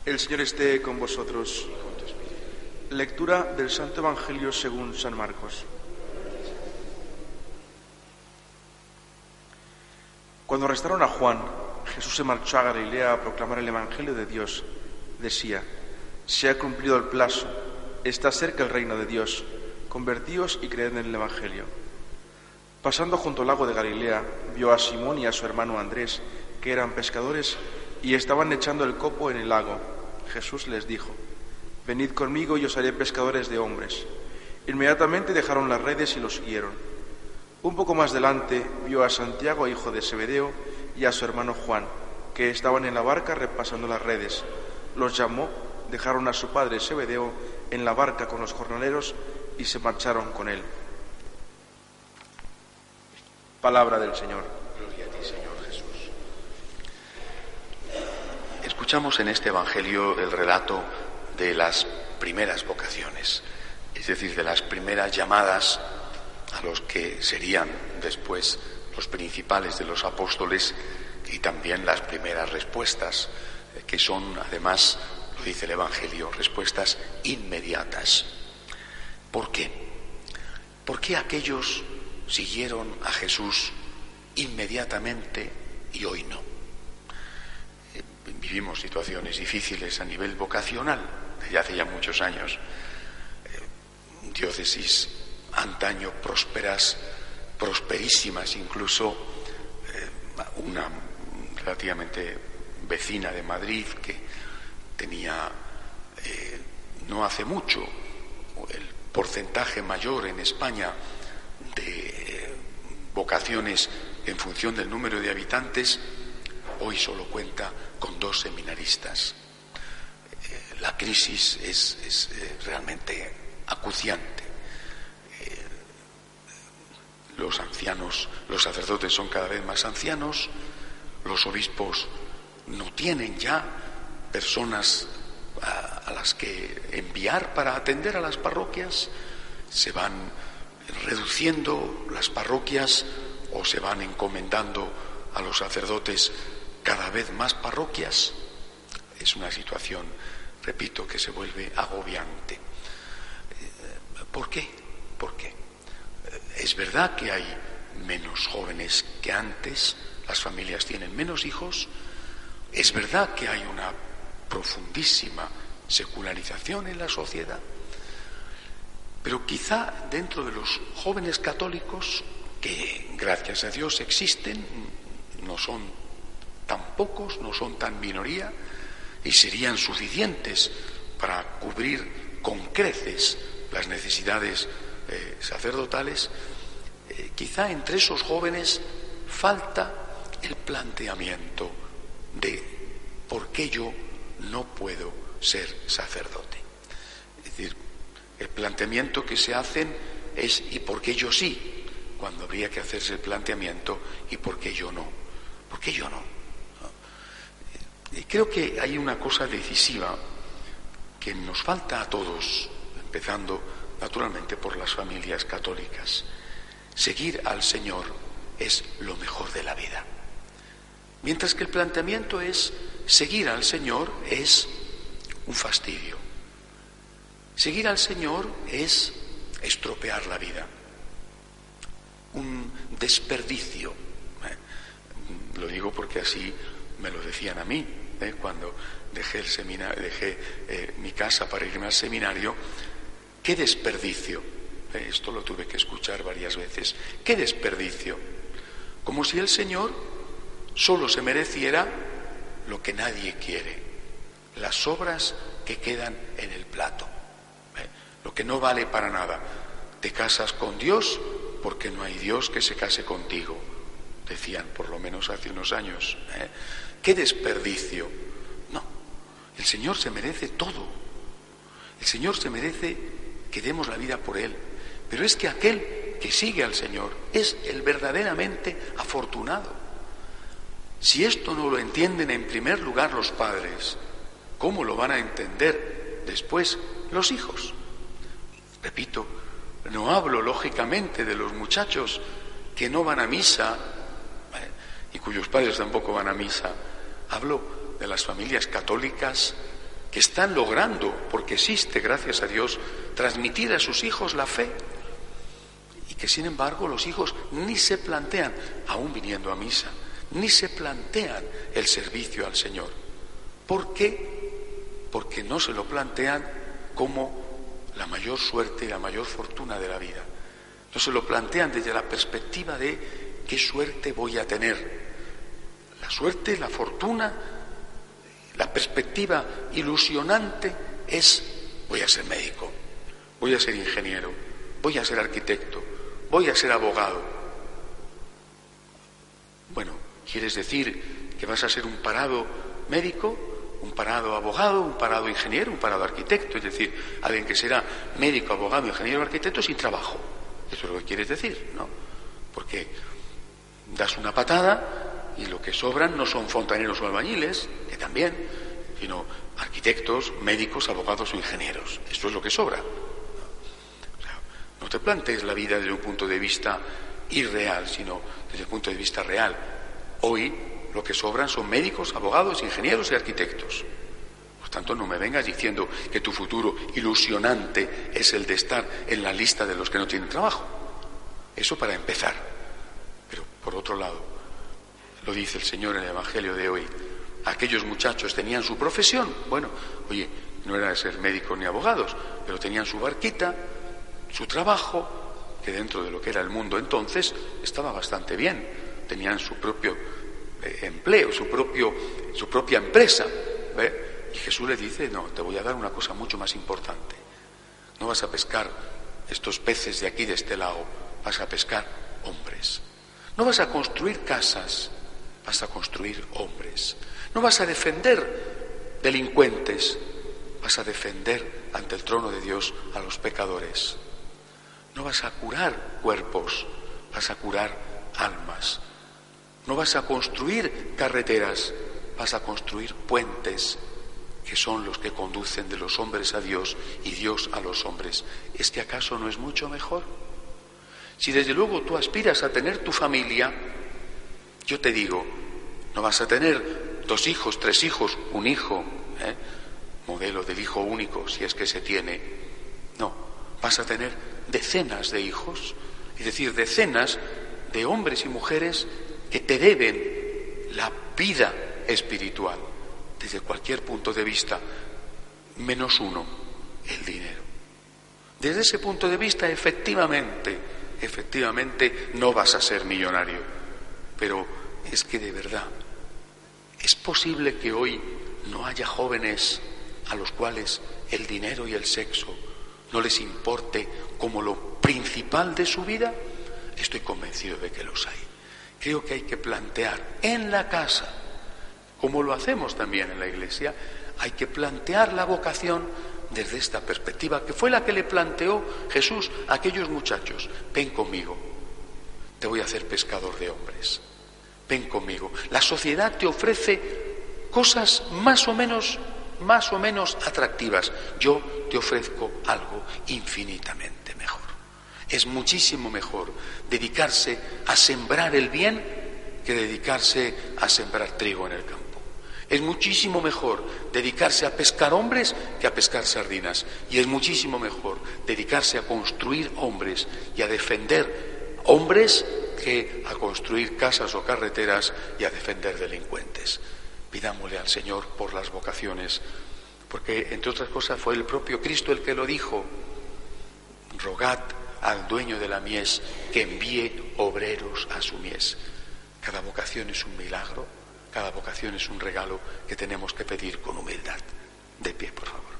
El Señor esté con vosotros. Lectura del Santo Evangelio según San Marcos. Cuando arrestaron a Juan, Jesús se marchó a Galilea a proclamar el Evangelio de Dios. Decía: se ha cumplido el plazo, está cerca el reino de Dios, convertíos y creed en el Evangelio. Pasando junto al lago de Galilea, vio a Simón y a su hermano Andrés, que eran pescadores, y estaban echando el copo en el lago. Jesús les dijo: venid conmigo y os haré pescadores de hombres. Inmediatamente dejaron las redes y los siguieron. Un poco más delante vio a Santiago, hijo de Zebedeo, y a su hermano Juan, que estaban en la barca repasando las redes. Los llamó, dejaron a su padre Zebedeo en la barca con los jornaleros y se marcharon con él. Palabra del Señor. Gloria a ti, Señor Jesús. Escuchamos en este Evangelio el relato de las primeras vocaciones, es decir, de las primeras llamadas a los que serían después los principales de los apóstoles, y también las primeras respuestas, que son, además, lo dice el Evangelio, respuestas inmediatas. ¿Por qué? ¿Por qué aquellos siguieron a Jesús inmediatamente y hoy no? Vivimos situaciones difíciles a nivel vocacional desde hace ya muchos años. Diócesis antaño prósperas, prosperísimas, incluso una relativamente vecina de Madrid que tenía no hace mucho el porcentaje mayor en España de vocaciones en función del número de habitantes, hoy solo cuenta con 2 seminaristas. La crisis es realmente acuciante. Los ancianos, los sacerdotes son cada vez más ancianos, los obispos no tienen ya personas a las que enviar para atender a las parroquias, se van reduciendo las parroquias o se van encomendando a los sacerdotes cada vez más parroquias. Es una situación, repito, que se vuelve agobiante. ¿Por qué? ¿Por qué? Es verdad que hay menos jóvenes que antes, las familias tienen menos hijos, es verdad que hay una profundísima secularización en la sociedad, pero quizá dentro de los jóvenes católicos, que gracias a Dios existen, no son tan pocos, no son tan minoría, y serían suficientes para cubrir con creces las necesidades sacerdotales, quizá entre esos jóvenes falta el planteamiento de por qué yo no puedo ser sacerdote. Es decir, el planteamiento que se hacen es ¿y por qué yo sí? Cuando habría que hacerse el planteamiento ¿y por qué yo no? ¿Por qué yo no? Y creo que hay una cosa decisiva que nos falta a todos, empezando naturalmente por las familias católicas. Seguir al Señor es lo mejor de la vida. Mientras que el planteamiento es seguir al Señor es un fastidio. Seguir al Señor es estropear la vida, un desperdicio. Lo digo porque así me lo decían a mí, cuando dejé el seminario, mi casa para irme al seminario. ¡Qué desperdicio! Esto lo tuve que escuchar varias veces. ¡Qué desperdicio! Como si el Señor solo se mereciera lo que nadie quiere, las sobras que quedan en el plato, lo que no vale para nada. Te casas con Dios porque no hay Dios que se case contigo, decían por lo menos hace unos años. ¡Qué desperdicio! No, el Señor se merece todo. El Señor se merece que demos la vida por Él. Pero es que aquel que sigue al Señor es el verdaderamente afortunado. Si esto no lo entienden en primer lugar los padres, ¿cómo lo van a entender después los hijos? Repito, no hablo lógicamente de los muchachos que no van a misa y cuyos padres tampoco van a misa. Hablo de las familias católicas que están logrando, porque existe, gracias a Dios, transmitir a sus hijos la fe, y que sin embargo los hijos ni se plantean, aún viniendo a misa, ni se plantean el servicio al Señor. ¿Por qué? Porque no se lo plantean como la mayor suerte y la mayor fortuna de la vida. No se lo plantean desde la perspectiva de qué suerte voy a tener. La suerte, la fortuna, la perspectiva ilusionante es: voy a ser médico, voy a ser ingeniero, voy a ser arquitecto, voy a ser abogado. Bueno, ¿quieres decir que vas a ser un parado médico, un parado abogado, un parado ingeniero, un parado arquitecto? Es decir, alguien que será médico, abogado, ingeniero, arquitecto sin trabajo. Eso es lo que quieres decir, ¿no? Porque das una patada y lo que sobran no son fontaneros o albañiles, que también, sino arquitectos, médicos, abogados o ingenieros. Esto es lo que sobra. O sea, no te plantees la vida desde un punto de vista irreal, sino desde el punto de vista real. Hoy lo que sobran son médicos, abogados, ingenieros y arquitectos. Por tanto, no me vengas diciendo que tu futuro ilusionante es el de estar en la lista de los que no tienen trabajo. Eso para empezar. Pero, por otro lado, lo dice el Señor en el Evangelio de hoy. Aquellos muchachos tenían su profesión. Bueno, oye, no era de ser médicos ni abogados, pero tenían su barquita, su trabajo, que dentro de lo que era el mundo entonces estaba bastante bien. Tenían su propio empleo, su propia empresa. ¿Ve? Y Jesús le dice: no, te voy a dar una cosa mucho más importante. No vas a pescar estos peces de aquí, de este lago, vas a pescar hombres. No vas a construir casas, vas a construir hombres. No vas a defender delincuentes, vas a defender ante el trono de Dios a los pecadores. No vas a curar cuerpos, vas a curar almas. No vas a construir carreteras, vas a construir puentes, que son los que conducen de los hombres a Dios y Dios a los hombres. ¿Es que acaso no es mucho mejor? Si desde luego tú aspiras a tener tu familia, yo te digo, no vas a tener 2 hijos, 3 hijos, un hijo, modelo del hijo único, si es que se tiene. No, vas a tener decenas de hijos, es decir, decenas de hombres y mujeres que te deben la vida espiritual, desde cualquier punto de vista, menos uno, el dinero. Desde ese punto de vista, efectivamente, no vas a ser millonario. Pero es que de verdad, ¿es posible que hoy no haya jóvenes a los cuales el dinero y el sexo no les importe como lo principal de su vida? Estoy convencido de que los hay. Creo que hay que plantear en la casa, como lo hacemos también en la iglesia, hay que plantear la vocación desde esta perspectiva, que fue la que le planteó Jesús a aquellos muchachos. Ven conmigo, te voy a hacer pescador de hombres. Ven conmigo. La sociedad te ofrece cosas más o menos atractivas. Yo te ofrezco algo infinitamente mejor. Es muchísimo mejor dedicarse a sembrar el bien que dedicarse a sembrar trigo en el campo. Es muchísimo mejor dedicarse a pescar hombres que a pescar sardinas. Y es muchísimo mejor dedicarse a construir hombres y a defender hombres que a construir casas o carreteras y a defender delincuentes. Pidámosle al Señor por las vocaciones, porque entre otras cosas fue el propio Cristo el que lo dijo. Rogad al dueño de la mies que envíe obreros a su mies. Cada vocación es un milagro, cada vocación es un regalo que tenemos que pedir con humildad. De pie, por favor.